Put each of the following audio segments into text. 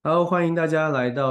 好，欢迎大家来到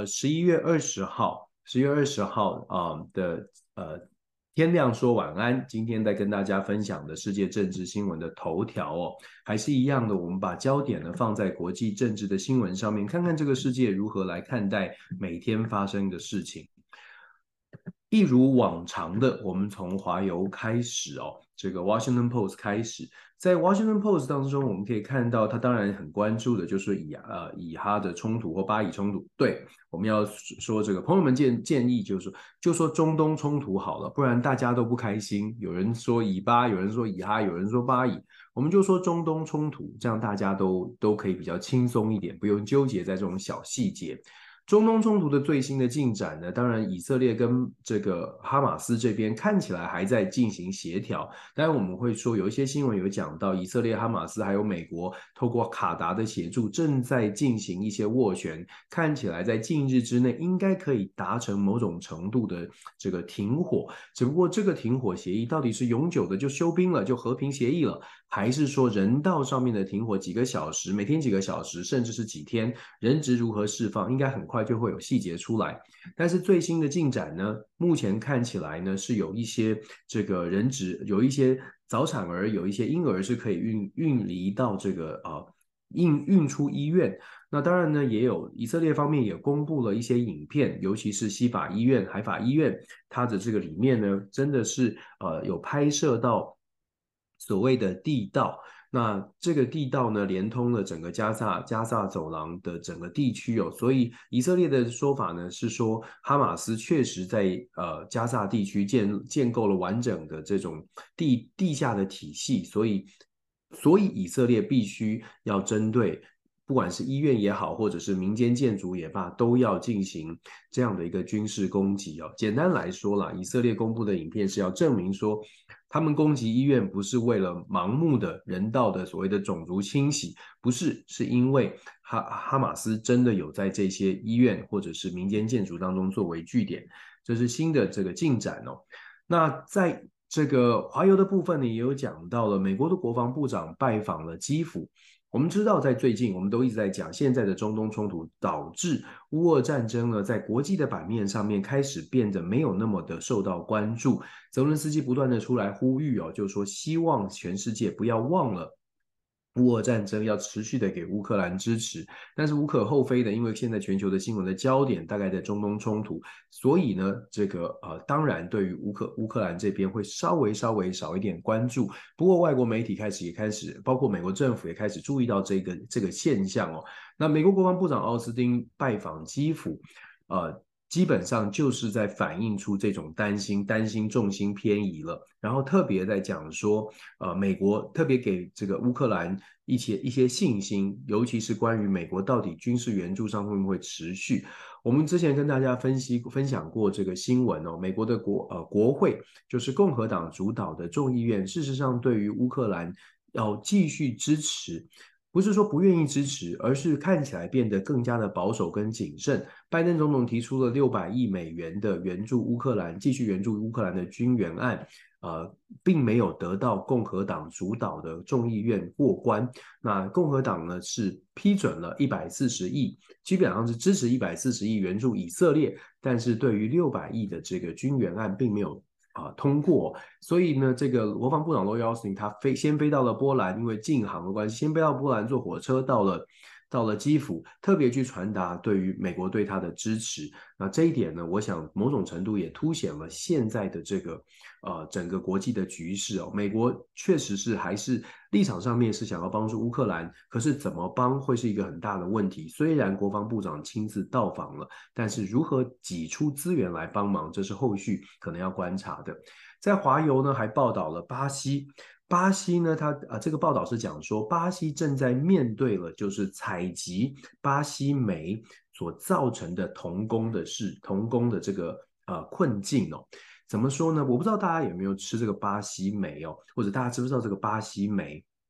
11月20号的天亮说晚安。今天在跟大家分享的世界政治新闻的头条还是一样的，我们把焦点呢放在国际政治的新闻上面，看看这个世界如何来看待每天发生的事情。一如往常的，我们从华邮开始这个 Washington Post 开始，在 Washington Post 当中，我们可以看到，他当然很关注的就是以哈的冲突或巴以冲突。对，我们要说这个朋友们建议就说中东冲突好了，不然大家都不开心。有人说以巴，有人说以哈，有人说巴以，我们就说中东冲突，这样大家都可以比较轻松一点，不用纠结在这种小细节。中东冲突的最新的进展呢，当然以色列跟这个哈马斯这边看起来还在进行协调，当然我们会说有一些新闻有讲到以色列、哈马斯还有美国透过卡达的协助正在进行一些斡旋，看起来在近日之内应该可以达成某种程度的这个停火，只不过这个停火协议到底是永久的就休兵了就和平协议了，还是说人道上面的停火几个小时，每天几个小时，甚至是几天，人质如何释放，应该很快就会有细节出来。但是最新的进展呢，目前看起来呢是有一些这个人质，有一些早产儿，有一些婴儿是可以运离到这个运出医院。那当然呢，也有以色列方面也公布了一些影片，尤其是西法医院、海法医院，它的这个里面呢，真的是有拍摄到所谓的地道。那这个地道呢，连通了整个加萨走廊的整个地区所以以色列的说法呢是说，哈马斯确实在加萨地区建构了完整的这种地下的体系，所以以色列必须要针对。不管是医院也好，或者是民间建筑也罢，都要进行这样的一个军事攻击简单来说啦，以色列公布的影片是要证明说，他们攻击医院不是为了盲目的人道的所谓的种族清洗，不是，是因为哈马斯真的有在这些医院或者是民间建筑当中作为据点，这是新的这个进展那在这个华油的部分呢，也有讲到了美国的国防部长拜访了基辅。我们知道，在最近，我们都一直在讲，现在的中东冲突导致乌俄战争呢，在国际的版面上面开始变得没有那么的受到关注。泽伦斯基不断的出来呼吁就是说希望全世界不要忘了乌俄战争，要持续的给乌克兰支持。但是无可厚非的，因为现在全球的新闻的焦点大概在中东冲突，所以呢，这个当然对于乌克兰这边会稍微少一点关注。不过外国媒体也开始，包括美国政府也开始注意到这个现象那美国国防部长奥斯汀拜访基辅，基本上就是在反映出这种担心重心偏移了。然后特别在讲说，美国特别给这个乌克兰一些信心，尤其是关于美国到底军事援助上会不会持续。我们之前跟大家分享过这个新闻美国的国会就是共和党主导的众议院，事实上对于乌克兰要继续支持。不是说不愿意支持，而是看起来变得更加的保守跟谨慎。拜登总统提出了$600亿的援助乌克兰，继续援助乌克兰的军援案，并没有得到共和党主导的众议院过关。那共和党呢是批准了140亿，基本上是支持140亿援助以色列，但是对于$600亿的这个军援案并没有通过，所以呢，这个国防部长 Lloyd Austin 他先飞到了波兰，因为禁航的关系，先飞到波兰坐火车到了基辅，特别去传达对于美国对他的支持。那这一点呢，我想某种程度也凸显了现在的这个整个国际的局势美国确实是还是立场上面是想要帮助乌克兰，可是怎么帮会是一个很大的问题。虽然国防部长亲自到访了，但是如何挤出资源来帮忙，这是后续可能要观察的。在华邮呢还报道了巴西呢，这个报道是讲说，巴西正在面对了就是采集巴西莓所造成的童工的这个困境怎么说呢？我不知道大家有没有吃这个巴西莓或者大家知不知道这个巴西莓？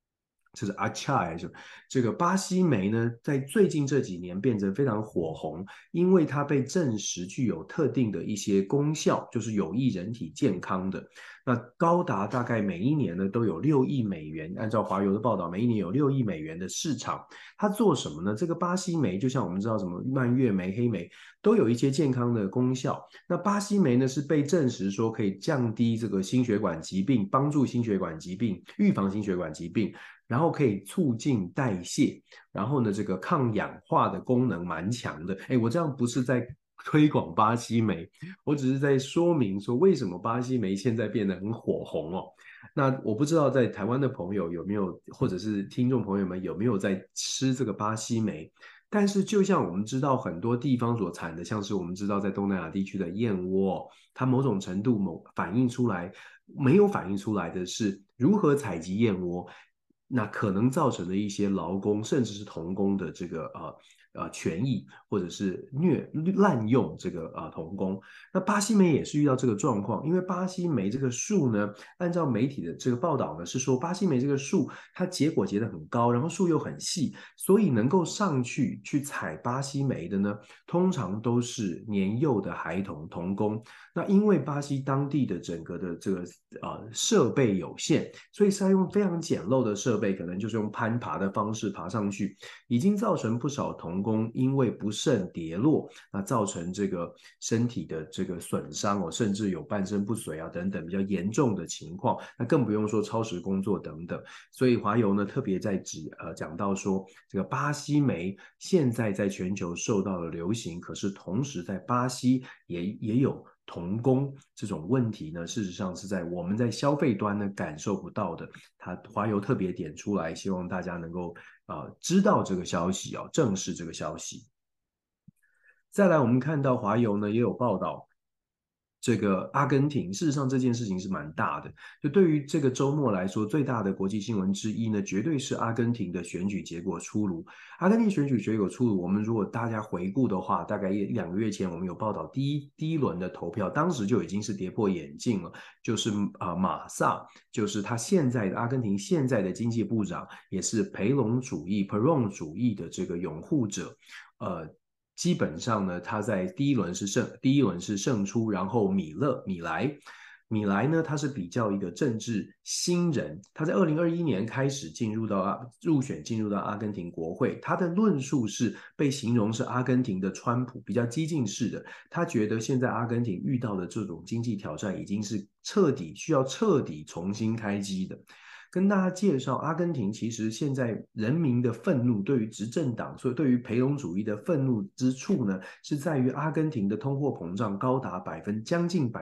就是 Acai 这个巴西莓呢，在最近这几年变得非常火红，因为它被证实具有特定的一些功效，就是有益人体健康的。那高达大概每一年呢都有6亿美元，按照华邮的报道，每一年有6亿美元的市场。它做什么呢？这个巴西莓就像我们知道什么蔓越莓、黑莓，都有一些健康的功效。那巴西莓呢是被证实说可以降低这个心血管疾病，帮助心血管疾病，预防心血管疾病。然后可以促进代谢，然后呢，这个抗氧化的功能蛮强的。哎，我这样不是在推广巴西莓，我只是在说明说为什么巴西莓现在变得很火红哦。那我不知道在台湾的朋友有没有，或者是听众朋友们有没有在吃这个巴西莓？但是就像我们知道很多地方所产的，像是我们知道在东南亚地区的燕窝，它某种程度反映出来，没有反映出来的是如何采集燕窝，那可能造成的一些劳工甚至是童工的这个权益，或者是滥用这个童工。那巴西莓也是遇到这个状况，因为巴西莓这个树呢，按照媒体的这个报道呢，是说巴西莓这个树它结果结得很高，然后树又很细，所以能够上去采巴西莓的呢，通常都是年幼的孩童童工。那因为巴西当地的整个的这个设备有限，所以是要用非常简陋的设备，可能就是用攀爬的方式爬上去，已经造成不少童工因为不慎跌落，那造成这个身体的这个损伤哦，甚至有半身不遂啊等等比较严重的情况，那更不用说超时工作等等。所以华邮呢特别在讲到说，这个巴西莓现在在全球受到了流行，可是同时在巴西也有童工这种问题呢，事实上是我们在消费端呢感受不到的。它华邮特别点出来，希望大家能够知道这个消息哦，正视这个消息。再来，我们看到华邮呢也有报道，这个阿根廷，事实上这件事情是蛮大的。就对于这个周末来说，最大的国际新闻之一呢，绝对是阿根廷的选举结果出炉。阿根廷选举结果出炉，我们如果大家回顾的话，大概2个月前，我们有报道第一轮的投票，当时就已经是跌破眼镜了，就是马萨，就是他现在的阿根廷现在的经济部长，也是培隆主义 Peron 主义的这个拥护者，基本上呢，他在第一轮是胜出，然后米莱呢，他是比较一个政治新人，他在2021年开始入选进入到阿根廷国会，他的论述是被形容是阿根廷的川普，比较激进式的。他觉得现在阿根廷遇到的这种经济挑战已经是需要彻底重新开机的。跟大家介绍，阿根廷其实现在人民的愤怒对于执政党，所以对于培隆主义的愤怒之处呢，是在于阿根廷的通货膨胀高达将近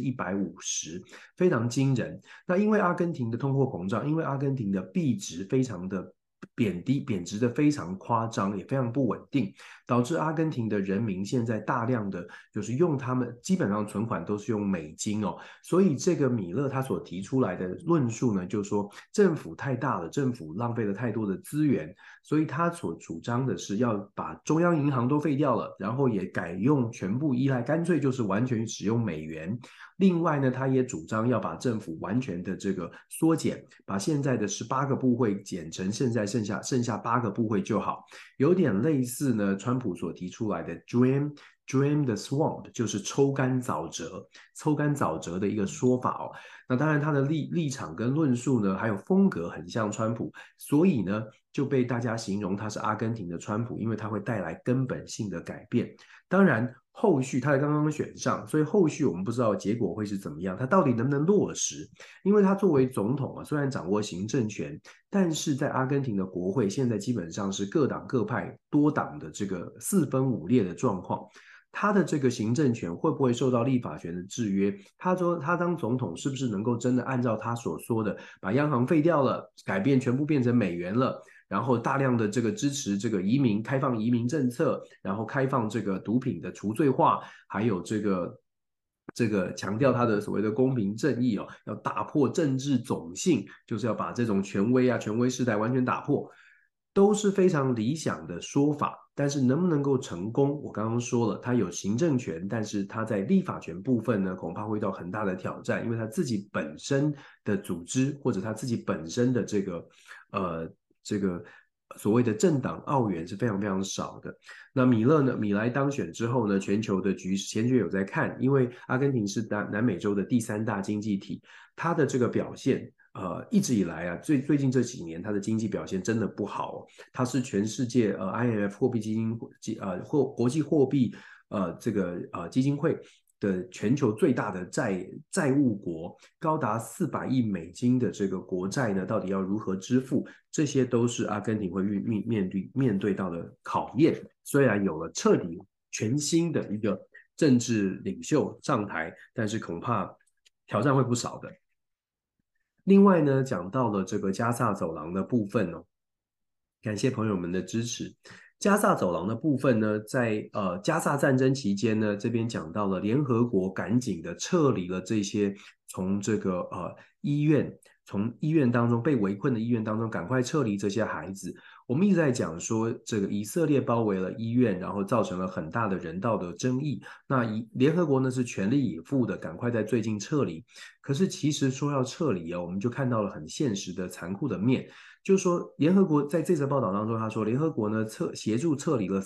150%，非常惊人。那因为阿根廷的通货膨胀，因为阿根廷的币值非常的贬值的非常夸张，也非常不稳定，导致阿根廷的人民现在大量的就是用他们基本上存款都是用美金哦，所以这个米勒他所提出来的论述呢，就是说政府太大了，政府浪费了太多的资源，所以他所主张的是要把中央银行都废掉了，然后也改用全部依赖，干脆就是完全使用美元。另外呢，他也主张要把政府完全的这个缩减，把现在的18个部会减成现在剩下8个部会就好，有点类似呢川普所提出来的 Drain the swamp， 就是抽干沼泽的一个说法哦。那当然他的立场跟论述呢，还有风格很像川普，所以呢就被大家形容他是阿根廷的川普，因为他会带来根本性的改变。当然后续他才刚刚选上，所以后续我们不知道结果会是怎么样，他到底能不能落实？因为他作为总统啊，虽然掌握行政权，但是在阿根廷的国会现在基本上是各党各派多党的这个4分5裂的状况。他的这个行政权会不会受到立法权的制约？他说他当总统是不是能够真的按照他所说的，把央行废掉了，全部变成美元了？然后大量的这个支持这个开放移民政策，然后开放这个毒品的除罪化，还有这个强调他的所谓的公平正义哦，要打破政治种姓，就是要把这种权威世代完全打破，都是非常理想的说法。但是能不能够成功，我刚刚说了，他有行政权，但是他在立法权部分呢，恐怕会遇到很大的挑战，因为他自己本身的组织或者他自己本身的这个这个所谓的政党澳元是非常非常少的。那米莱当选之后呢，全球的局势前局有在看，因为阿根廷是南美洲的第3大经济体，它的这个表现。一直以来啊，最近这几年，它的经济表现真的不好哦。它是全世界IMF 货币基金国际货币基金会的全球最大的债务国，高达400亿美金的这个国债呢，到底要如何支付？这些都是阿根廷会面对到的考验。虽然有了彻底全新的一个政治领袖上台，但是恐怕挑战会不少的。另外呢，讲到了这个加萨走廊的部分哦，感谢朋友们的支持。加萨走廊的部分呢，在加萨战争期间呢，这边讲到了联合国赶紧的撤离了这些从这个从医院当中被围困的医院当中赶快撤离这些孩子。我们一直在讲说，这个以色列包围了医院，然后造成了很大的人道的争议。那联合国呢是全力以赴的，赶快在最近撤离。可是其实说要撤离我们就看到了很现实的残酷的面。就是说，联合国在这则报道当中，他说，联合国呢协助撤离了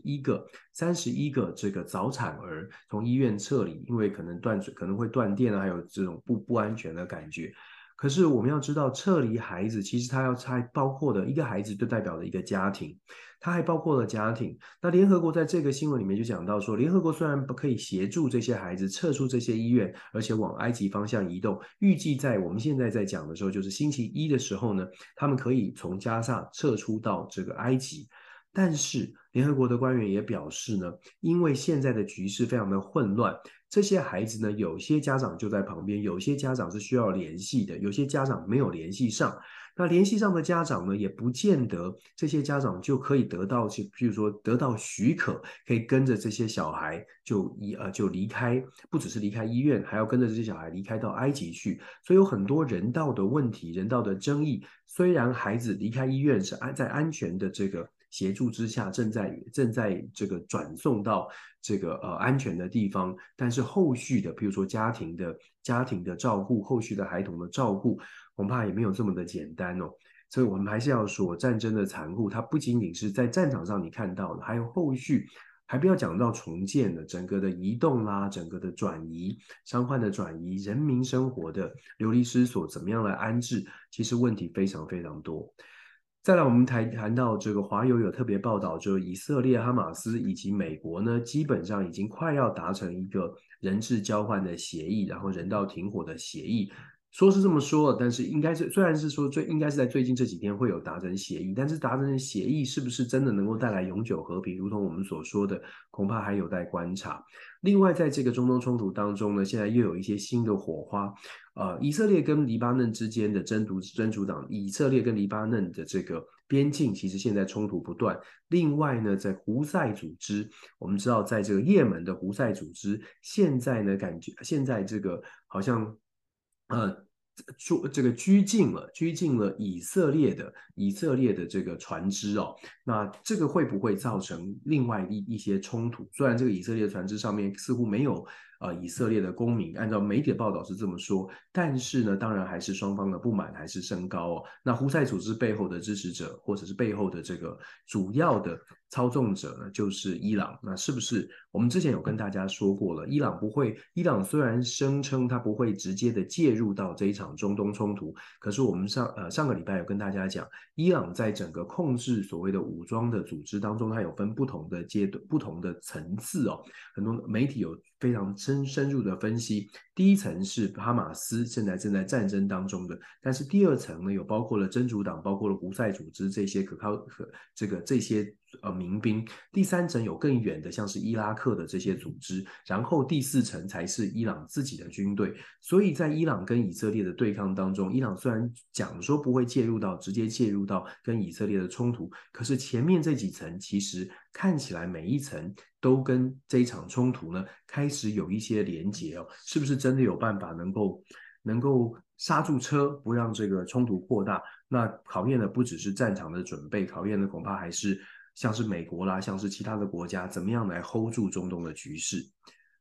31个这个早产儿从医院撤离，因为可能会断电啊，还有这种不安全的感觉。可是我们要知道，撤离孩子其实它还包括的一个孩子就代表了一个家庭，它还包括了家庭。那联合国在这个新闻里面就讲到说，联合国虽然不可以协助这些孩子撤出这些医院，而且往埃及方向移动，预计在我们现在在讲的时候，就是星期一的时候呢，他们可以从加萨撤出到这个埃及。但是联合国的官员也表示呢，因为现在的局势非常的混乱，这些孩子呢，有些家长就在旁边，有些家长是需要联系的，有些家长没有联系上。那联系上的家长呢，也不见得这些家长就可以得到，比如说得到许可，可以跟着这些小孩就离开，不只是离开医院，还要跟着这些小孩离开到埃及去。所以有很多人道的问题、人道的争议。虽然孩子离开医院是在安全的这个协助之下，正在这个转送到这个安全的地方，但是后续的，比如说家庭的照顾，后续的孩童的照顾，恐怕也没有这么的简单哦。所以我们还是要说，战争的残酷，它不仅仅是在战场上你看到的，还有后续，还不要讲到重建的整个的移动啦，整个的转移、伤患的转移、人民生活的流离失所，怎么样来安置，其实问题非常非常多。再来，我们谈到这个华友有特别报道，就是以色列、哈马斯以及美国呢，基本上已经快要达成一个人质交换的协议，然后人道停火的协议。说是这么说，但是虽然是说应该是在最近这几天会有达成协议，但是达成协议是不是真的能够带来永久和平，如同我们所说的，恐怕还有待观察。另外，在这个中东冲突当中呢，现在又有一些新的火花。以色列跟黎巴嫩之间的争主党，以色列跟黎巴嫩的这个边境，其实现在冲突不断。另外呢，在胡塞组织，我们知道，在这个也门的胡塞组织，现在呢，感觉现在这个好像呃这个拘禁了以色列的这个船只哦，那这个会不会造成另外一些冲突？虽然这个以色列船只上面似乎没有以色列的公民，按照媒体的报道是这么说，但是呢，当然还是双方的不满还是升高哦。那胡塞组织背后的支持者，或者是背后的这个主要的操纵者呢，就是伊朗。那是不是我们之前有跟大家说过了？伊朗虽然声称它不会直接的介入到这一场中东冲突，可是我们上个礼拜有跟大家讲，伊朗在整个控制所谓的武装的组织当中，它有分不同的阶段、不同的层次哦。很多媒体有非常深入的分析。第一层是哈马斯现在正在战争当中的，但是第二层呢，有包括了真主党，包括了胡塞组织这些这些民兵。第三层有更远的，像是伊拉克的这些组织，然后第四层才是伊朗自己的军队。所以在伊朗跟以色列的对抗当中，伊朗虽然讲说不会直接介入到跟以色列的冲突，可是前面这几层其实看起来每一层都跟这一场冲突呢开始有一些连结哦，是不是真的有办法能够刹住车，不让这个冲突扩大？那考验的不只是战场的准备，考验的恐怕还是像是美国啦，像是其他的国家怎么样来 hold 住中东的局势。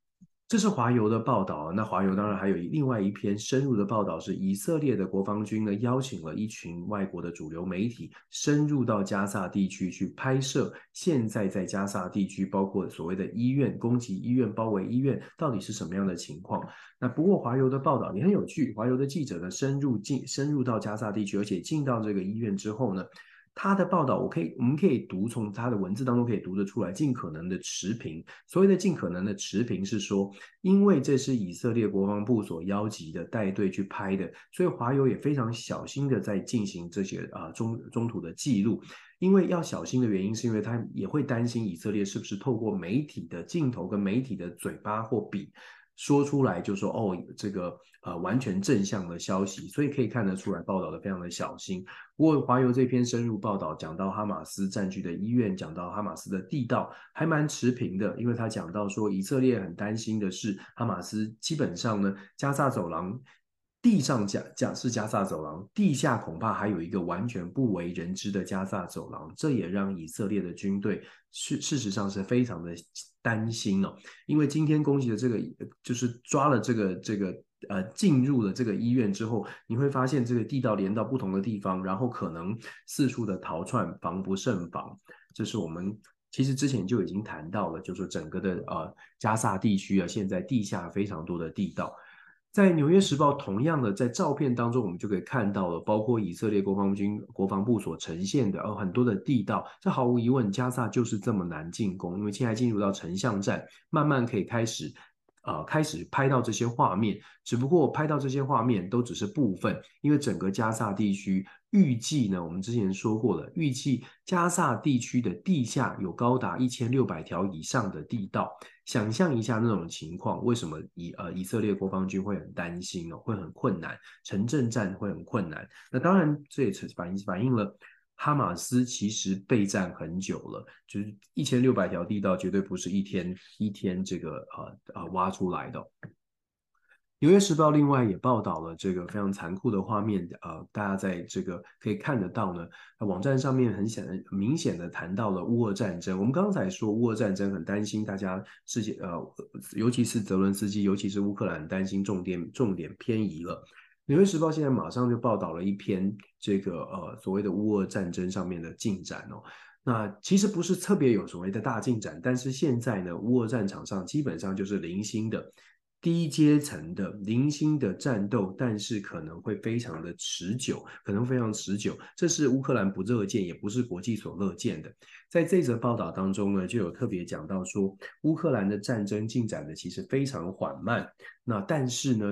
这是华邮的报道，那华邮当然还有另外一篇深入的报道，是以色列的国防军呢邀请了一群外国的主流媒体深入到加萨地区去拍摄，现在在加萨地区，包括所谓的医院攻击医院、包围医院，到底是什么样的情况？那不过华邮的报道也很有趣，华邮的记者呢深入到加萨地区，而且进到这个医院之后呢。他的报道，我们可以读从他的文字当中可以读得出来，尽可能的持平。所谓的尽可能的持平是说，因为这是以色列国防部所邀集的带队去拍的，所以华友也非常小心的在进行这些中途的记录。因为要小心的原因，是因为他也会担心以色列是不是透过媒体的镜头跟媒体的嘴巴或笔说出来，就说哦，这个完全正向的消息，所以可以看得出来报道的非常的小心。不过华邮这篇深入报道讲到哈马斯占据的医院，讲到哈马斯的地道，还蛮持平的，因为他讲到说以色列很担心的是哈马斯基本上呢加萨走廊。地上是加萨走廊，地下恐怕还有一个完全不为人知的加萨走廊，这也让以色列的军队事实上是非常的担心哦。因为今天攻击的这个就是抓了进入了这个医院之后，你会发现这个地道连到不同的地方，然后可能四处的逃窜，防不胜防。这是我们其实之前就已经谈到了，就是说整个的加萨地区啊，现在地下非常多的地道。在《纽约时报》同样的，在照片当中，我们就可以看到了，包括以色列国防军国防部所呈现的，很多的地道。这毫无疑问，加萨就是这么难进攻，因为现在进入到城巷战，慢慢可以开始拍到这些画面。只不过拍到这些画面都只是部分，因为整个加萨地区预计呢，我们之前说过了，预计加萨地区的地下有高达1600条以上的地道。想象一下那种情况，为什么以色列国防军会很担心哦，会很困难，城镇战会很困难？那当然，这也反映了哈马斯其实备战很久了，就是1600条地道绝对不是一天这个挖出来的哦。纽约时报另外也报道了这个非常残酷的画面，大家在这个可以看得到呢，网站上面很明显的谈到了乌俄战争。我们刚才说乌俄战争很担心大家尤其是泽伦斯基，尤其是乌克兰担心重点偏移了。纽约时报现在马上就报道了一篇这个所谓的乌俄战争上面的进展哦。那其实不是特别有所谓的大进展，但是现在呢，乌俄战场上基本上就是零星的。低阶层的零星的战斗，但是可能会非常的持久，可能非常持久，这是乌克兰不乐见，也不是国际所乐见的。在这则报道当中呢，就有特别讲到说，乌克兰的战争进展的其实非常缓慢，那但是呢，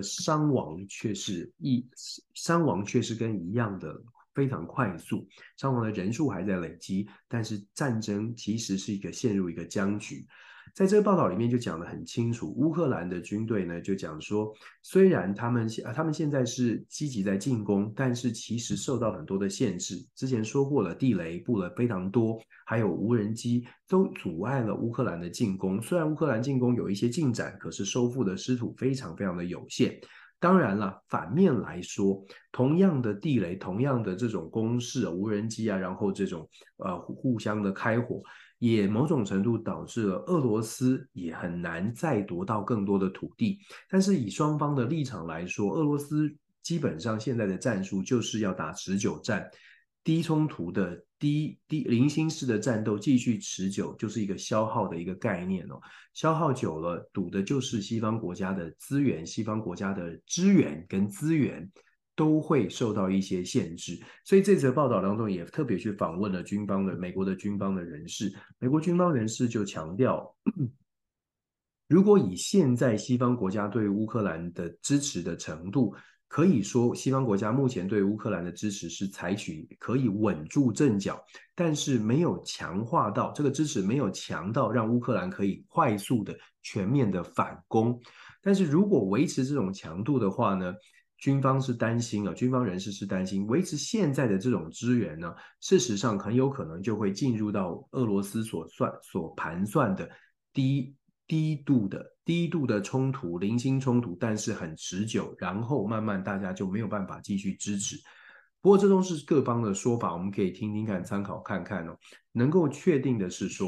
伤亡却是跟一样的。非常快速，伤亡的人数还在累积，但是战争其实是陷入一个僵局。在这个报道里面就讲得很清楚，乌克兰的军队呢就讲说，虽然他们现在是积极在进攻，但是其实受到很多的限制。之前说过了，地雷布了非常多，还有无人机都阻碍了乌克兰的进攻。虽然乌克兰进攻有一些进展，可是收复的失土非常非常的有限。当然了，反面来说，同样的地雷，同样的这种攻势，无人机啊，然后这种互相的开火，也某种程度导致了俄罗斯也很难再夺到更多的土地。但是以双方的立场来说，俄罗斯基本上现在的战术就是要打持久战，低冲突的零星式的战斗继续持久，就是一个消耗的一个概念哦。消耗久了，赌的就是西方国家的资源、西方国家的支援跟资源都会受到一些限制。所以这则报道当中也特别去访问了美国的军方的人士，美国军方人士就强调。如果以现在西方国家对乌克兰的支持的程度，可以说西方国家目前对乌克兰的支持是采取可以稳住阵脚，但是没有强化到这个支持没有强到让乌克兰可以快速的全面的反攻。但是如果维持这种强度的话呢，军方是担心军方人士是担心维持现在的这种资源呢，事实上很有可能就会进入到俄罗斯所盘算的低低度的冲突，零星冲突，但是很持久，然后慢慢大家就没有办法继续支持。不过这都是各方的说法，我们可以听听看，参考看看哦。能够确定的是说，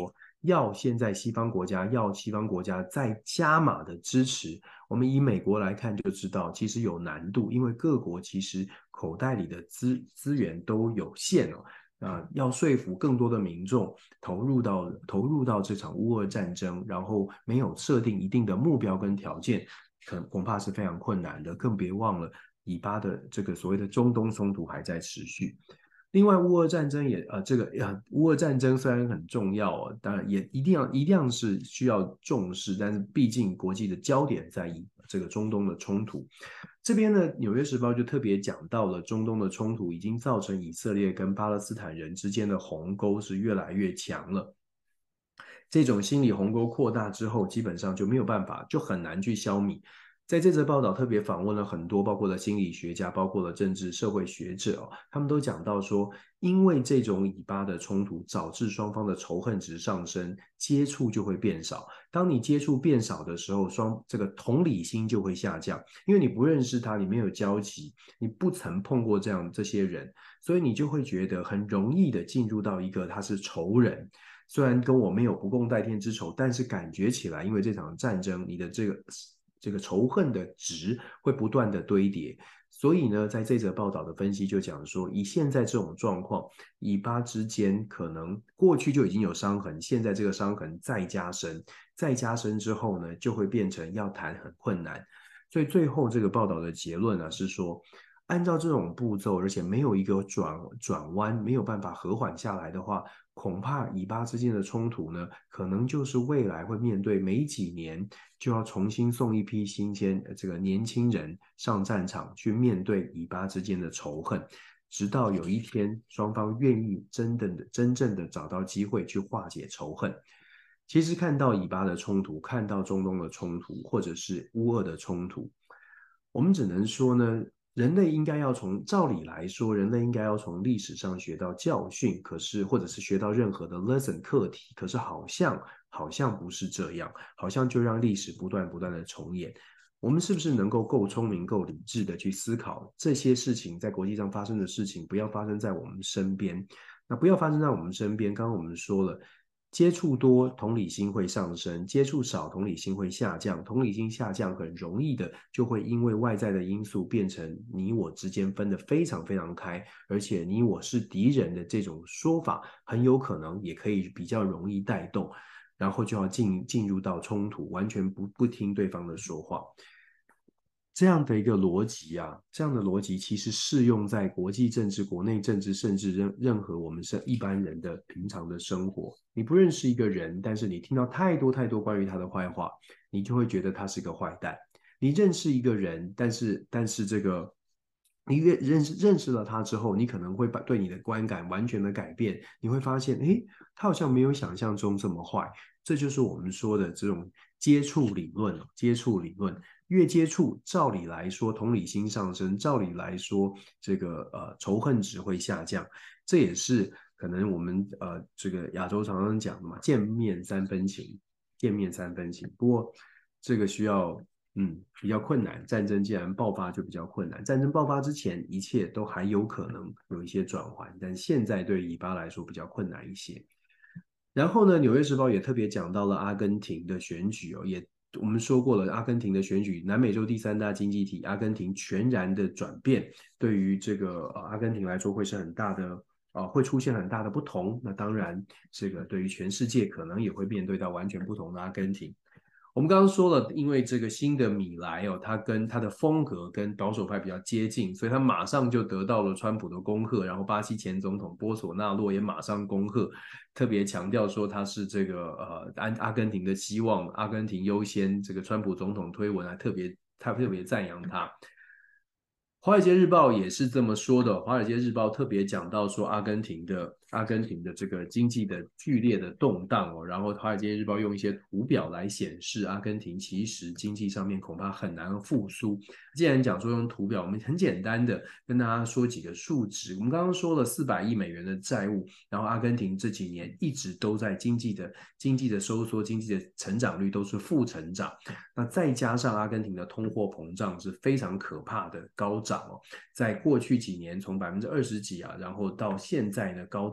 现在西方国家再加码的支持。我们以美国来看就知道，其实有难度，因为各国其实口袋里的资源都有限哦。要说服更多的民众投入到这场乌俄战争，然后没有设定一定的目标跟条件，恐怕是非常困难的。更别忘了以巴的这个所谓的中东冲突还在持续。另外，乌俄战争乌俄战争虽然很重要哦，当然也一定是需要重视，但是毕竟国际的焦点在这个中东的冲突。这边呢，《纽约时报》就特别讲到了中东的冲突已经造成以色列跟巴勒斯坦人之间的鸿沟是越来越强了。这种心理鸿沟扩大之后，基本上就没有办法，就很难去消弭。在这则报道特别访问了很多，包括了心理学家，包括了政治社会学者哦，他们都讲到说，因为这种以巴的冲突，导致双方的仇恨值上升，接触就会变少。当你接触变少的时候，这个同理心就会下降，因为你不认识他，你没有交集，你不曾碰过这些人，所以你就会觉得很容易的进入到一个他是仇人。虽然跟我没有不共戴天之仇，但是感觉起来，因为这场战争，你的这个仇恨的值会不断的堆叠。所以呢，在这则报道的分析就讲说，以现在这种状况，以巴之间可能过去就已经有伤痕，现在这个伤痕再加深，再加深之后呢，就会变成要谈很困难。所以最后这个报道的结论呢是说，按照这种步骤，而且没有一个转弯，没有办法和缓下来的话，恐怕以巴之间的冲突呢，可能就是未来会面对每几年就要重新送一批这个年轻人上战场去面对以巴之间的仇恨，直到有一天双方愿意真正的找到机会去化解仇恨。其实看到以巴的冲突，看到中东的冲突，或者是乌俄的冲突，我们只能说呢，照理来说，人类应该要从历史上学到教训，或者是学到任何的 lesson 课题，可是好像不是这样，好像就让历史不断的重演。我们是不是能够聪明、够理智的去思考这些事情在国际上发生的事情，不要发生在我们身边？那不要发生在我们身边，刚刚我们说了。接触多，同理心会上升；接触少，同理心会下降。同理心下降，很容易的就会因为外在的因素变成你我之间分得非常开，而且你我是敌人的这种说法，很有可能也可以比较容易带动，然后就要进入到冲突，完全不听对方的说话。这样的一个逻辑啊，这样的逻辑其实适用在国际政治、国内政治，甚至任何我们是一般人的平常的生活。你不认识一个人，但是你听到太多关于他的坏话，你就会觉得他是个坏蛋。你认识一个人，但是这个你认识了他之后，你可能会对你的观感完全的改变。你会发现，诶，他好像没有想象中这么坏。这就是我们说的这种接触理论。接触理论越接触，照理来说同理心上升，照理来说这个仇恨值会下降。这也是可能我们这个亚洲常常讲的嘛，见面三分情，见面三分情。不过这个需要比较困难。战争既然爆发就比较困难。战争爆发之前，一切都还有可能有一些转圜，但现在对以巴来说比较困难一些。然后呢，《纽约时报》也特别讲到了阿根廷的选举哦，我们说过了，阿根廷的选举，南美洲第三大经济体，阿根廷全然的转变，对于这个阿根廷来说会是很大的会出现很大的不同。那当然，这个对于全世界可能也会面对到完全不同的阿根廷。我们刚刚说了，因为这个新的米莱哦，他跟他的风格跟保守派比较接近，所以他马上就得到了川普的恭贺，然后巴西前总统波索纳洛也马上恭贺，特别强调说他是这个阿根廷的希望，阿根廷优先。这个川普总统推文还特别赞扬他。华尔街日报也是这么说的。华尔街日报特别讲到说阿根廷的这个经济的剧烈的动荡哦，然后华尔街日报用一些图表来显示阿根廷其实经济上面恐怕很难复苏。既然讲说用图表，我们很简单的跟大家说几个数值。我们刚刚说了400亿美元的债务，然后阿根廷这几年一直都在经济的收缩，经济的成长率都是负成长。那再加上阿根廷的通货膨胀是非常可怕的高涨哦，在过去几年从20%几啊，然后到现在呢高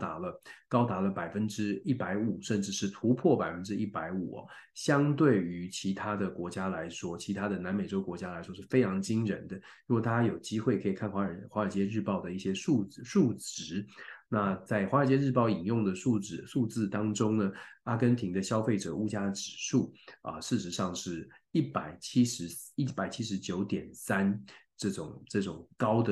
高达了150%，甚至是突破150%哦。相对于其他的国家来说，其他的南美洲国家来说是非常惊人的。如果大家有机会可以看华尔街日报的一些数值，那在华尔街日报引用的数字当中呢，阿根廷的消费者物价指数事实上是179.3，这种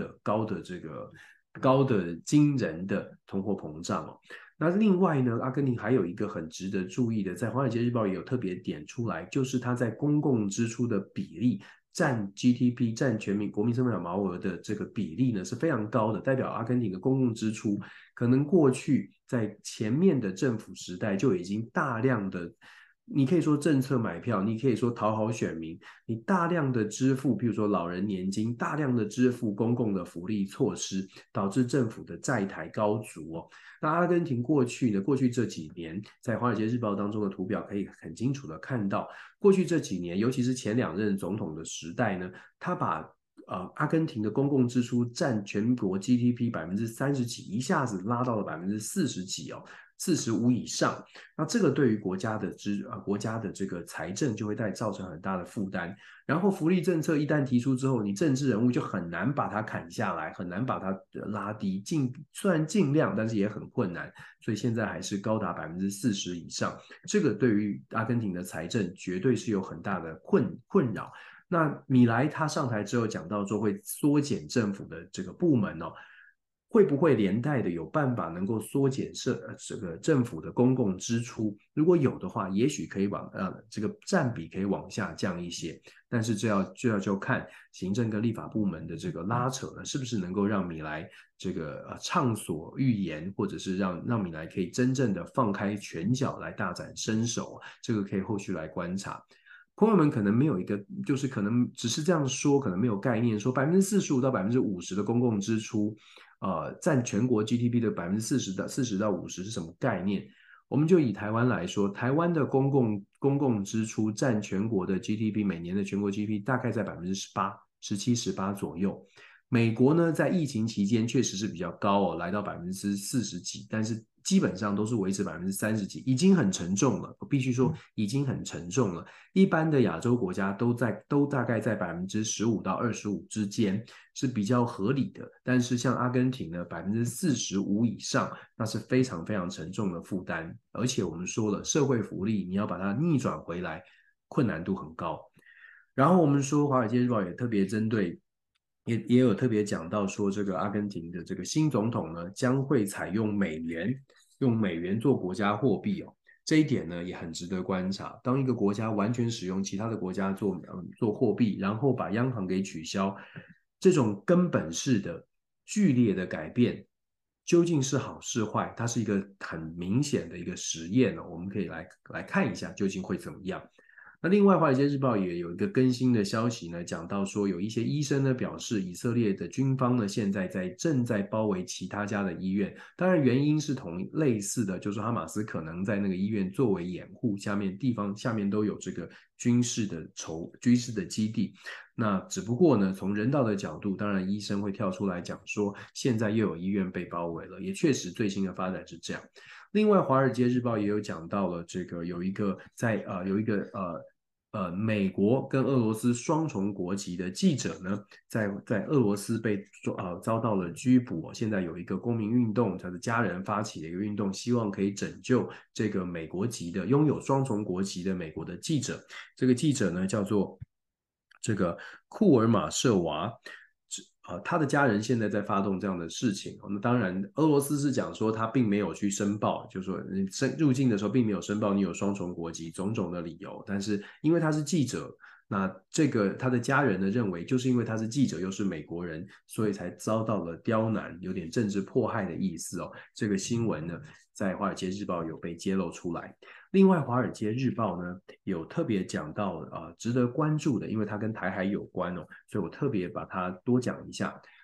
高的惊人的通货膨胀哦。那另外呢，阿根廷还有一个很值得注意的，在《华尔街日报》也有特别点出来，就是它在公共支出的比例占 GDP 占全民国民生产毛额的这个比例呢是非常高的，代表阿根廷的公共支出可能过去在前面的政府时代就已经大量的。你可以说政策买票，你可以说讨好选民，你大量的支付，譬如说老人年金，大量的支付公共的福利措施，导致政府的债台高筑哦。那阿根廷过去这几年，在《华尔街日报》当中的图表可以很清楚的看到，过去这几年，尤其是前2任总统的时代呢，他把阿根廷的公共支出占全国 GDP 30%几，一下子拉到了40%几哦。45以上，那这个对于国家的这个财政就会造成很大的负担。然后福利政策一旦提出之后，你政治人物就很难把它砍下来，很难把它拉低。虽然尽量，但是也很困难。所以现在还是高达40%以上，这个对于阿根廷的财政绝对是有很大的困扰。那米莱他上台之后讲到说会缩减政府的这个部门哦。会不会连带的有办法能够缩减这个政府的公共支出？如果有的话，也许可以这个占比可以往下降一些。但是就看行政跟立法部门的这个拉扯呢，是不是能够让米莱这个畅所欲言，或者是让米莱可以真正的放开拳脚来大展身手？这个可以后续来观察。朋友们可能没有一个，就是可能只是这样说，可能没有概念，说45%到50%的公共支出。占全国 GDP 的40%到50%是什么概念？我们就以台湾来说，台湾的公共支出占全国的 GDP， 每年的全国 GDP 大概在18%、17、18左右。美国呢，在疫情期间确实是比较高哦，来到40几，但是基本上都是维持30几，已经很沉重了。我必须说，已经很沉重了。一般的亚洲国家都大概在15%到25%之间是比较合理的，但是像阿根廷呢，45%以上，那是非常非常沉重的负担。而且我们说了，社会福利你要把它逆转回来，困难度很高。然后我们说，《华尔街日报》也特别针对。也有特别讲到说，这个阿根廷的这个新总统呢，将会采用用美元做国家货币哦。这一点呢也很值得观察。当一个国家完全使用其他的国家做货币，然后把央行给取消，这种根本式的剧烈的改变，究竟是好是坏？它是一个很明显的一个实验哦，我们可以来看一下究竟会怎么样。那另外，《华尔街日报》也有一个更新的消息呢，讲到说有一些医生呢表示，以色列的军方呢现在正在包围其他家的医院。当然，原因是类似的，就是哈马斯可能在那个医院作为掩护，地方下面都有这个军事的基地。那只不过呢，从人道的角度，当然医生会跳出来讲说，现在又有医院被包围了，也确实最新的发展是这样。另外，《华尔街日报》也有讲到了这个有一个美国跟俄罗斯双重国籍的记者呢，在俄罗斯遭到了拘捕。现在有一个公民运动，他的家人发起的一个运动，希望可以拯救这个美国籍的拥有双重国籍的美国的记者。这个记者呢叫做这个库尔马舍娃。他的家人现在在发动这样的事情。那当然，俄罗斯是讲说他并没有去申报，就是说你入境的时候并没有申报你有双重国籍，种种的理由。但是因为他是记者，那这个他的家人呢认为，就是因为他是记者又是美国人，所以才遭到了刁难，有点政治迫害的意思哦。这个新闻呢，在《华尔街日报》有被揭露出来。另外，《华尔街日报》呢有特别讲到值得关注的，因为它跟台海有关哦，所以我特别把它多讲一下。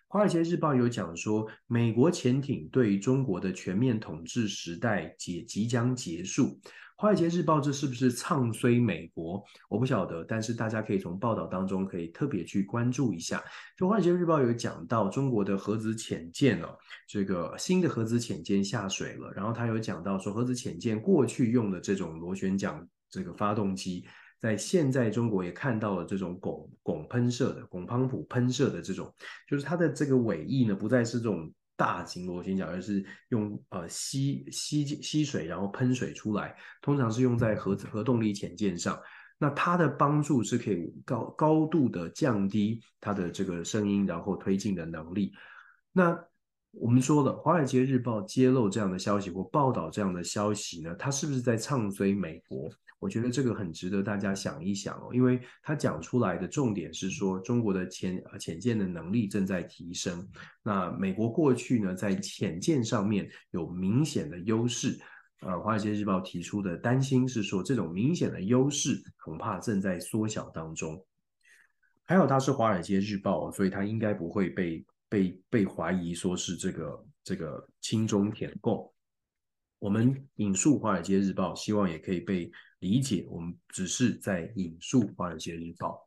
华尔街日报有讲说，美国潜艇对中国的全面统治时代即将结束。华尔街日报这是不是唱衰美国？我不晓得，但是大家可以从报道当中可以特别去关注一下。就华尔街日报有讲到中国的核子潜舰哦，这个新的核子潜舰下水了，然后他有讲到说核子潜舰过去用的这种螺旋桨这个发动机。在现在中国也看到了这种汞喷射的汞滂沱喷射的这种，就是它的这个尾翼呢，不再是这种大型螺旋桨，而是用吸水然后喷水出来，通常是用在核动力潜舰上。那它的帮助是可以高度的降低它的这个声音，然后推进的能力。那我们说了，《华尔街日报》揭露这样的消息或报道这样的消息呢，它是不是在唱衰美国？我觉得这个很值得大家想一想哦，因为他讲出来的重点是说，中国的潜舰的能力正在提升。那美国过去呢，在潜舰上面有明显的优势。华尔街日报提出的担心是说，这种明显的优势恐怕正在缩小当中。还有它是华尔街日报，所以它应该不会被怀疑说是这个亲中舔共。我们引述华尔街日报，希望也可以被理解，我们只是在引述华尔街日报。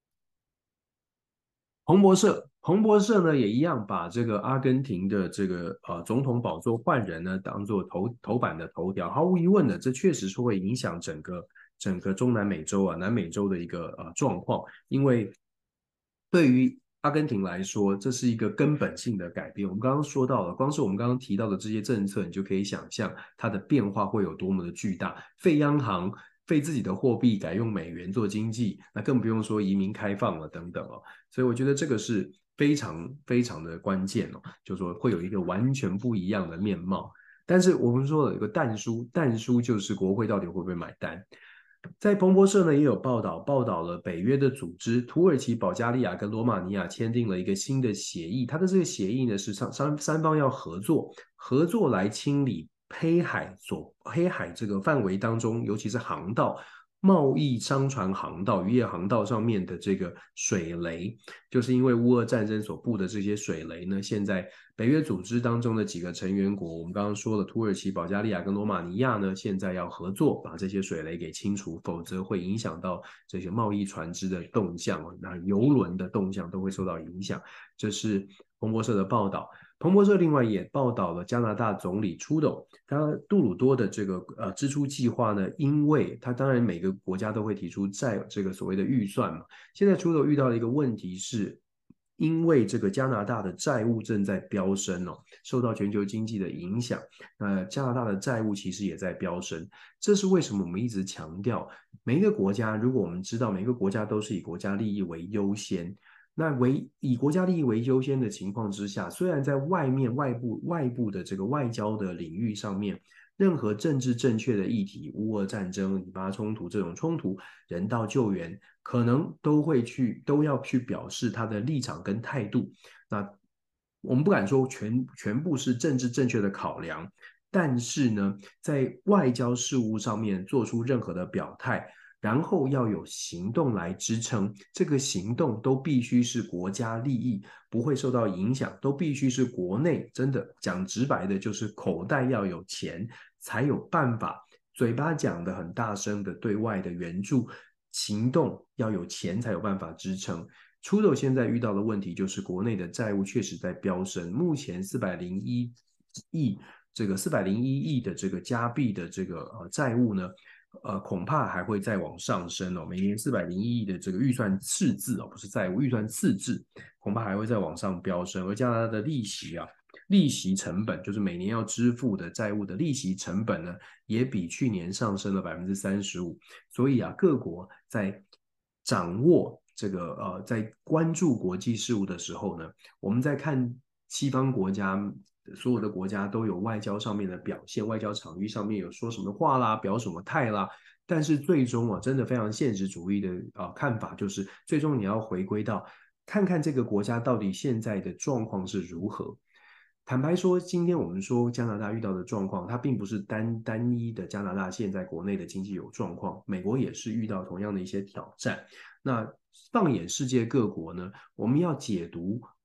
彭博社呢也一样，把这个阿根廷的这个总统宝座换人呢当做头版的头条。毫无疑问的，这确实是会影响整个中南美洲南美洲的一个状况，因为对于阿根廷来说，这是一个根本性的改变。我们刚刚说到了，光是我们刚刚提到的这些政策，你就可以想象它的变化会有多么的巨大。废央行、废自己的货币，改用美元做经济，那更不用说移民开放了等等哦。所以我觉得这个是非常非常的关键哦，就是说会有一个完全不一样的面貌。但是我们说了有个但书，但书就是国会到底会不会买单？在彭博社呢也有报道了北约的组织土耳其、保加利亚跟罗马尼亚签订了一个新的协议。它的这个协议呢是三方要合作来清理黑海这个范围当中，尤其是航道、贸易商船航道、渔业航道上面的这个水雷，就是因为乌俄战争所布的这些水雷呢，现在北约组织当中的几个成员国，我们刚刚说了，土耳其、保加利亚跟罗马尼亚呢，现在要合作把这些水雷给清除，否则会影响到这些贸易船只的动向，那邮轮的动向都会受到影响。这是彭博社的报道。彭博社另外也报道了加拿大总理trudeau他杜鲁多的这个支出计划呢，因为他当然每个国家都会提出这个所谓的预算嘛，现在trudeau遇到的一个问题是。因为这个加拿大的债务正在飙升哦，受到全球经济的影响，加拿大的债务其实也在飙升。这是为什么我们一直强调，每一个国家，如果我们知道每个国家都是以国家利益为优先，那以国家利益为优先的情况之下，虽然在外部的这个外交的领域上面，任何政治正确的议题，乌俄战争、以巴冲突这种冲突，人道救援，可能都要去表示他的立场跟态度。那我们不敢说全部是政治正确的考量，但是呢，在外交事务上面做出任何的表态。然后要有行动来支撑，这个行动都必须是国家利益，不会受到影响，都必须是国内真的讲直白的，就是口袋要有钱，才有办法，嘴巴讲的很大声的对外的援助，行动要有钱才有办法支撑。出口现在遇到的问题就是国内的债务确实在飙升，目前401亿的这个加币的这个债务呢，恐怕还会再往上升哦。每年401亿的这个预算赤字哦，不是债务，预算赤字恐怕还会再往上飙升。而加拿大的利息成本就是每年要支付的债务的利息成本呢，也比去年上升了35%。所以各国在掌握这个在关注国际事务的时候呢，我们在看西方国家。所有的国家都有外交上面的表现，外交场域上面有说什么话啦，表什么态啦，但是最终真的非常现实主义的看法，就是最终你要回归到看看这个国家到底现在的状况是如何。坦白说，今天我们说加拿大遇到的状况，它并不是单一的加拿大现在国内的经济有状况，美国也是遇到同样的一些挑战。那放眼世界各国呢，我们要解读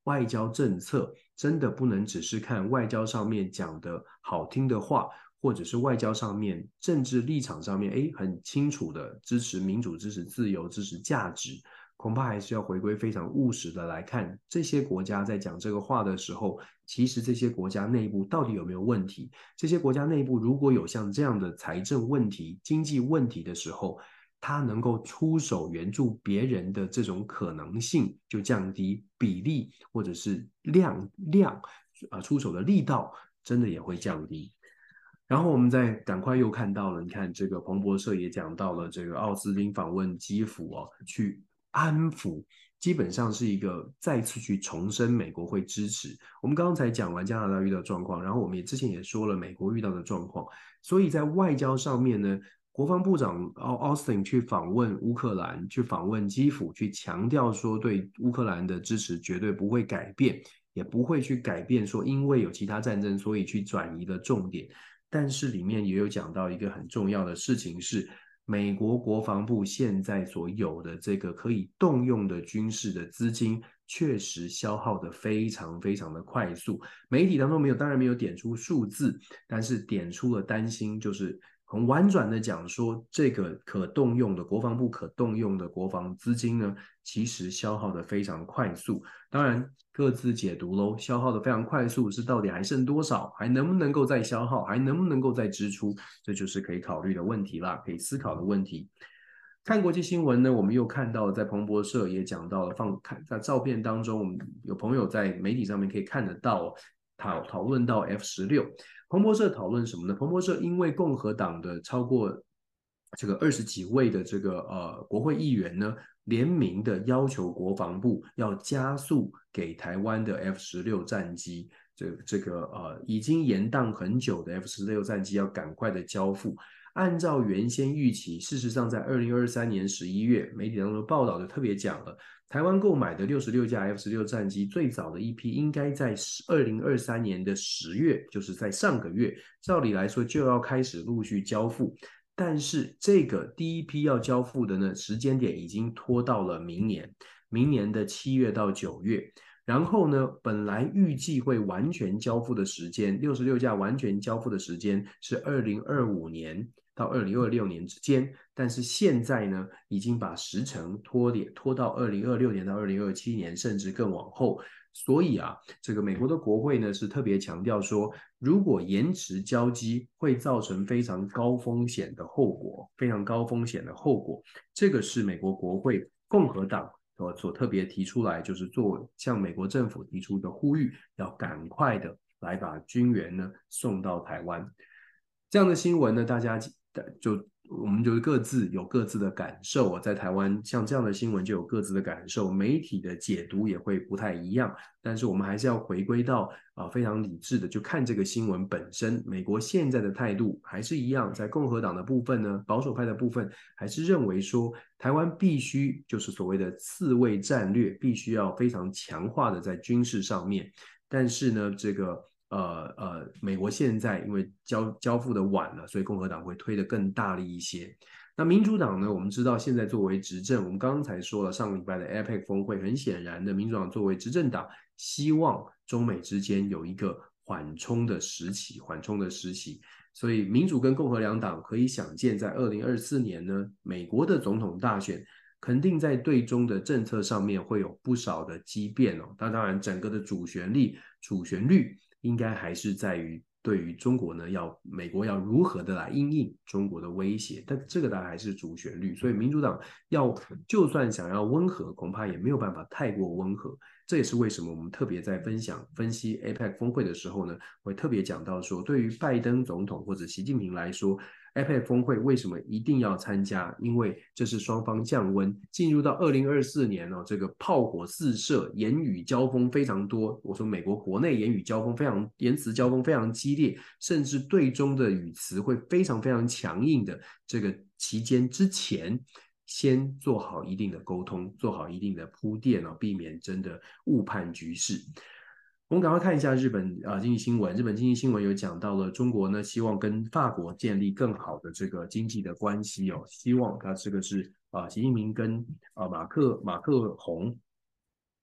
外交政策真的不能只是看外交上面讲的好听的话，或者是外交上面政治立场上面很清楚的支持民主、支持自由、支持价值，恐怕还是要回归非常务实的来看这些国家在讲这个话的时候，其实这些国家内部到底有没有问题，这些国家内部如果有像这样的财政问题、经济问题的时候，他能够出手援助别人的这种可能性就降低，比例或者是量出手的力道真的也会降低。然后我们再赶快又看到了，你看这个彭博社也讲到了这个奥斯汀访问基辅去安抚，基本上是一个再次去重申美国会支持。我们刚才讲完加拿大遇到状况，然后我们之前也说了美国遇到的状况，所以在外交上面呢，国防部长奥斯汀去访问乌克兰，去访问基辅，去强调说对乌克兰的支持绝对不会改变，也不会去改变说因为有其他战争所以去转移的重点。但是里面也有讲到一个很重要的事情是，美国国防部现在所有的这个可以动用的军事的资金，确实消耗的非常非常的快速。媒体当中当然没有点出数字，但是点出了担心，就是很婉转的讲说，这个可动用的国防部可动用的国防资金呢，其实消耗的非常快速。当然各自解读咯，消耗的非常快速是到底还剩多少，还能不能够再消耗，还能不能够再支出，这就是可以考虑的问题啦，可以思考的问题。看国际新闻呢，我们又看到了在彭博社也讲到了在照片当中，我们有朋友在媒体上面可以看得到讨论到 F-16。彭博社讨论什么呢？彭博社因为共和党的超过这个20几位的这个国会议员呢，联名的要求国防部要加速给台湾的 F-16战机，已经延宕很久的 F-16战机要赶快的交付。按照原先预期，事实上在2023年11月，媒体当中的报道就特别讲了，台湾购买的66架 F-16战机，最早的一批应该在2023年的10月，就是在上个月，照理来说就要开始陆续交付。但是这个第一批要交付的呢，时间点已经拖到了明年的7月到9月。然后呢，本来预计会完全交付的时间，66架完全交付的时间是2025年到2026年之间，但是现在呢，已经把时程拖到2026年到2027年，甚至更往后。所以这个美国的国会呢是特别强调说，如果延迟交机会造成非常高风险的后果，非常高风险的后果。这个是美国国会共和党所特别提出来，就是向美国政府提出的呼吁，要赶快的来把军援呢送到台湾。这样的新闻呢，我们就各自有各自的感受。在台湾像这样的新闻就有各自的感受，媒体的解读也会不太一样。但是我们还是要回归到非常理智的，就看这个新闻本身。美国现在的态度还是一样，在共和党的部分呢，保守派的部分还是认为说，台湾必须就是所谓的刺猬战略，必须要非常强化的在军事上面。但是呢，美国现在因为交付的晚了，所以共和党会推得更大力一些。那民主党呢？我们知道现在作为执政，我们刚才说了上礼拜的 APEC 峰会，很显然的，民主党作为执政党，希望中美之间有一个缓冲的时期。所以民主跟共和两党可以想见，在2024年呢，美国的总统大选肯定在对中的政策上面会有不少的激变哦。那当然，整个的主旋律应该还是在于对于中国呢，美国要如何的来因应中国的威胁，但这个当然还是主旋律。所以民主党就算想要温和，恐怕也没有办法太过温和。这也是为什么我们特别在分析 APEC 峰会的时候呢，会特别讲到说，对于拜登总统或者习近平来说，APEC 峰会为什么一定要参加？因为这是双方降温，进入到2024年这个炮火四射，言语交锋非常多。我说美国国内言辞交锋非常激烈，甚至对中的语词会非常非常强硬的。这个期间之前，先做好一定的沟通，做好一定的铺垫避免真的误判局势。我们赶快看一下日本经济新闻。日本经济新闻有讲到了中国呢，希望跟法国建立更好的这个经济的关系希望它这个是习近平跟马克宏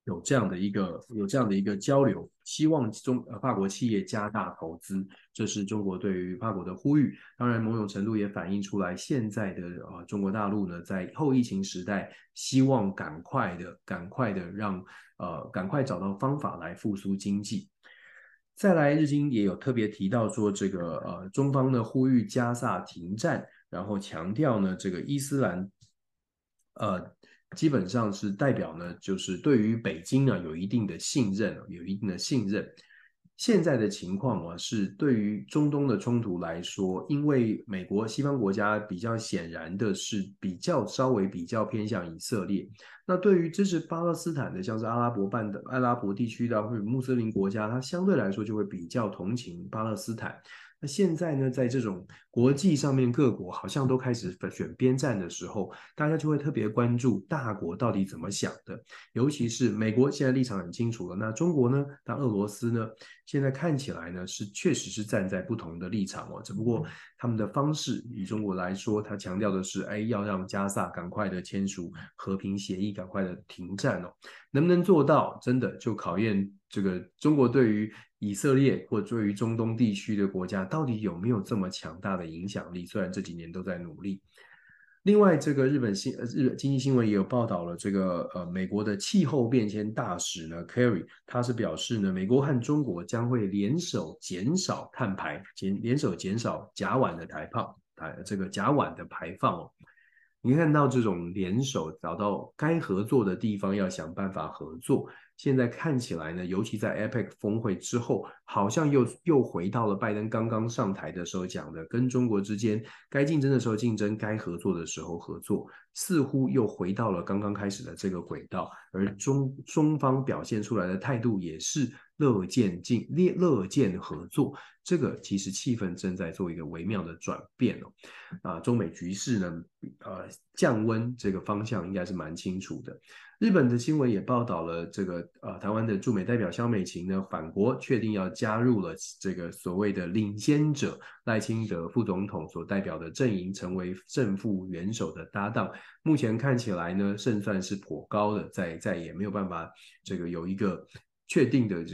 有这样的一个交流，希望法国企业加大投资，这是中国对于法国的呼吁。当然，某种程度也反映出来现在的中国大陆呢，在后疫情时代，希望赶快找到方法来复苏经济。再来，日经也有特别提到说，这个中方呢呼吁加萨停战，然后强调呢这个伊斯兰基本上是代表呢，就是对于北京呢有一定的信任，有一定的信任。现在的情况啊，是对于中东的冲突来说，因为美国西方国家比较显然的是稍微比较偏向以色列。那对于支持巴勒斯坦的，像是阿拉伯地区的或者穆斯林国家，它相对来说就会比较同情巴勒斯坦。那现在呢，在这种国际上面各国好像都开始选边站的时候，大家就会特别关注大国到底怎么想的。尤其是美国现在立场很清楚了，那中国呢，那俄罗斯呢，现在看起来呢确实是站在不同的立场哦，只不过他们的方式，以中国来说，他强调的是，要让加萨赶快的签署和平协议，赶快的停战哦，能不能做到，真的就考验这个中国对于以色列或对于中东地区的国家到底有没有这么强大的影响力？虽然这几年都在努力。另外，这个日本经济新闻也有报道了，这个美国的气候变迁大使呢 Kerry，他是表示呢，美国和中国将会联手减少碳排，联手减少甲烷的甲烷的排放哦。你看到这种联手找到该合作的地方，要想办法合作。现在看起来呢，尤其在 APEC 峰会之后，好像又回到了拜登刚刚上台的时候讲的，跟中国之间该竞争的时候竞争，该合作的时候合作，似乎又回到了刚刚开始的这个轨道。而中方表现出来的态度也是乐见合作，这个其实气氛正在做一个微妙的转变哦。中美局势呢，降温这个方向应该是蛮清楚的。日本的新闻也报道了这个台湾的驻美代表萧美琴呢返国，确定要加入了这个所谓的领先者赖清德副总统所代表的阵营，成为正副元首的搭档。目前看起来呢，胜算是颇高的，再也没有办法这个有一个确定的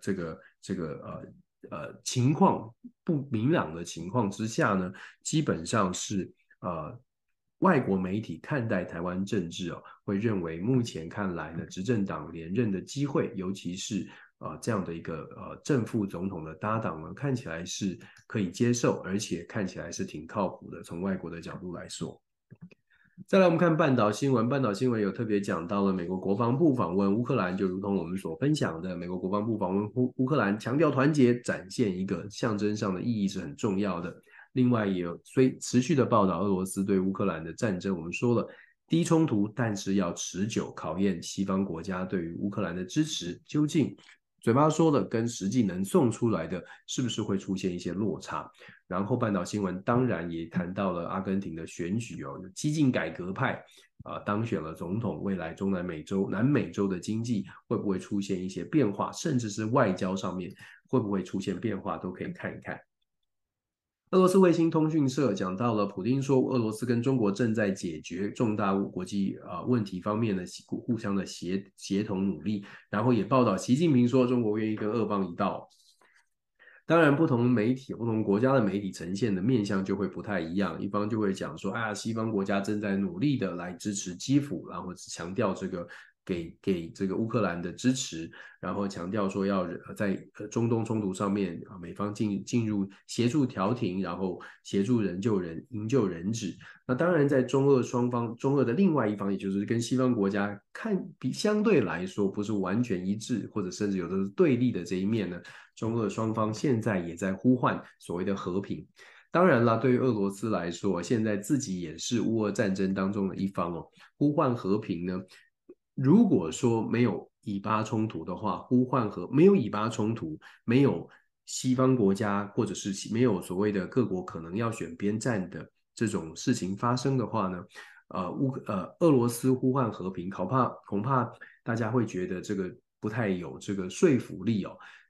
情况不明朗的情况之下呢，基本上是外国媒体看待台湾政治会认为目前看来呢，执政党连任的机会，尤其是这样的一个正副总统的搭档呢，看起来是可以接受，而且看起来是挺靠谱的，从外国的角度来说。再来，我们看半岛新闻。半岛新闻有特别讲到了美国国防部访问乌克兰，就如同我们所分享的，美国国防部访问乌克兰，强调团结，展现一个象征上的意义是很重要的。另外，也有持续的报道俄罗斯对乌克兰的战争。我们说了，低冲突，但是要持久，考验西方国家对于乌克兰的支持，究竟嘴巴说的跟实际能送出来的，是不是会出现一些落差？然后半岛新闻当然也谈到了阿根廷的选举激进改革派当选了总统，未来南美洲的经济会不会出现一些变化，甚至是外交上面会不会出现变化，都可以看一看。俄罗斯卫星通讯社讲到了，普丁说俄罗斯跟中国正在解决重大国际问题方面的互相的协同努力，然后也报道习近平说中国愿意跟俄方一道。当然，不同媒体、不同国家的媒体呈现的面向就会不太一样。一方就会讲说，西方国家正在努力的来支持基辅，然后强调这个给这个乌克兰的支持，然后强调说要在中东冲突上面美方进入协助调停，然后协助营救人质。那当然，在中俄的另外一方，也就是跟西方国家相对来说不是完全一致，或者甚至有的是对立的这一面呢，中俄双方现在也在呼唤所谓的和平。当然啦，对于俄罗斯来说，现在自己也是乌俄战争当中的一方呼唤和平呢，如果说没有以巴冲突的话，没有以巴冲突，没有西方国家或者是没有所谓的各国可能要选边站的这种事情发生的话呢，俄罗斯呼唤和平，恐怕大家会觉得这个不太有这个说服力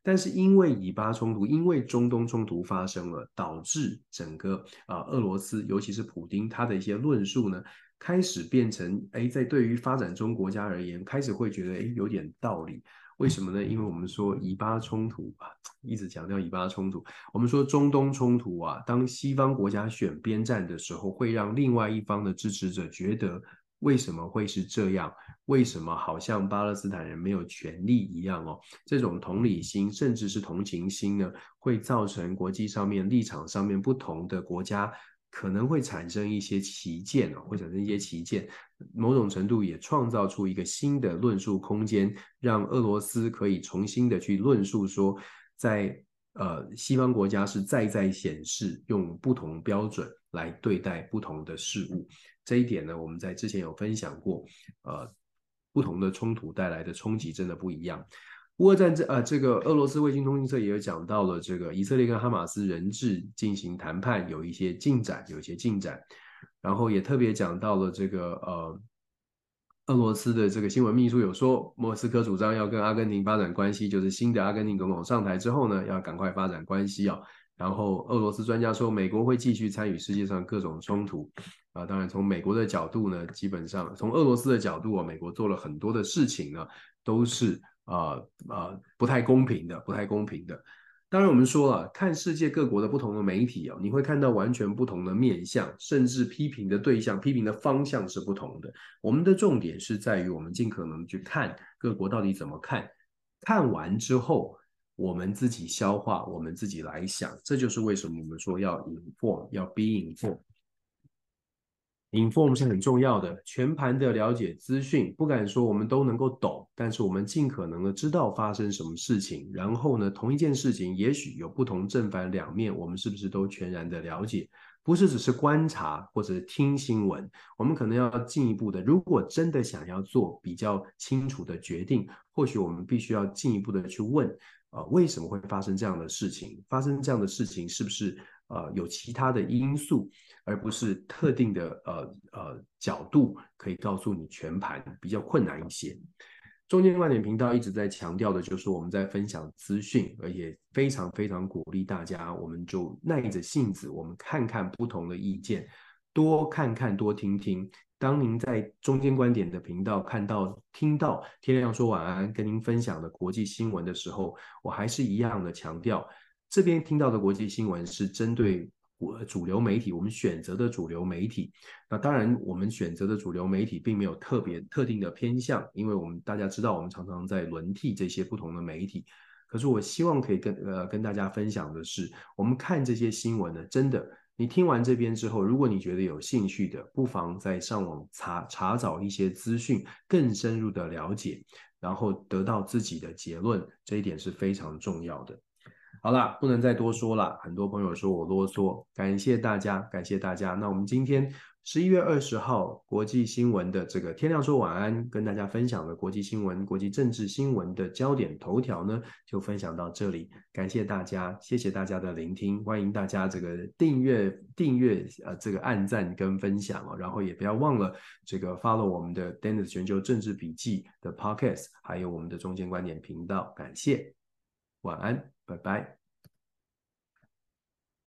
但是因为以巴冲突，因为中东冲突发生了，导致整个俄罗斯，尤其是普丁他的一些论述呢，开始变成在对于发展中国家而言，开始会觉得有点道理。为什么呢？因为我们说以巴冲突啊，一直强调以巴冲突。我们说中东冲突啊，当西方国家选边站的时候，会让另外一方的支持者觉得为什么会是这样？为什么好像巴勒斯坦人没有权利一样哦？这种同理心，甚至是同情心呢，会造成国际上面立场上面不同的国家可能会产生一些歧见哦，会产生一些歧见。某种程度也创造出一个新的论述空间，让俄罗斯可以重新的去论述说，在西方国家是在显示用不同标准来对待不同的事物。这一点呢，我们在之前有分享过，不同的冲突带来的冲击真的不一样。乌俄战争，这个俄罗斯卫星通讯社也有讲到了，这个以色列跟哈马斯人质进行谈判有一些进展，然后也特别讲到了这个俄罗斯的这个新闻秘书有说，莫斯科主张要跟阿根廷发展关系，就是新的阿根廷总统上台之后呢，要赶快发展关系啊。然后俄罗斯专家说，美国会继续参与世界上各种冲突当然从美国的角度呢，基本上从俄罗斯的角度美国做了很多的事情呢，都是不太公平的，不太公平的。当然，我们说了，看世界各国的不同的媒体你会看到完全不同的面向，甚至批评的对象、批评的方向是不同的。我们的重点是在于，我们尽可能去看各国到底怎么看，看完之后，我们自己消化，我们自己来想。这就是为什么我们说要 inform，要 be inform。inform 是很重要的，全盘的了解资讯，不敢说我们都能够懂，但是我们尽可能的知道发生什么事情，然后呢，同一件事情也许有不同正反两面，我们是不是都全然的了解？不是只是观察或者听新闻，我们可能要进一步的，如果真的想要做比较清楚的决定，或许我们必须要进一步的去问，为什么会发生这样的事情？发生这样的事情是不是有其他的因素？而不是特定的角度可以告诉你全盘，比较困难一些。中间观点频道一直在强调的就是我们在分享资讯，而且非常非常鼓励大家，我们就耐着性子，我们看看不同的意见，多看看多听听。当您在中间观点的频道听到天亮说晚安跟您分享的国际新闻的时候，我还是一样的强调，这边听到的国际新闻是针对主流媒体，我们选择的主流媒体。那当然，我们选择的主流媒体并没有特定的偏向，因为我们大家知道，我们常常在轮替这些不同的媒体。可是我希望可以跟大家分享的是，我们看这些新闻呢，真的，你听完这边之后，如果你觉得有兴趣的，不妨再上网查找一些资讯，更深入的了解，然后得到自己的结论，这一点是非常重要的。好啦，不能再多说了。很多朋友说我啰嗦，感谢大家，感谢大家。那我们今天11月20号国际新闻的这个天亮说晚安，跟大家分享的国际新闻、国际政治新闻的焦点头条呢，就分享到这里。感谢大家，谢谢大家的聆听，欢迎大家这个订阅这个按赞跟分享然后也不要忘了这个 follow 我们的 Dennis 全球政治笔记的 podcast，还有我们的中间观点频道。感谢，晚安。拜拜。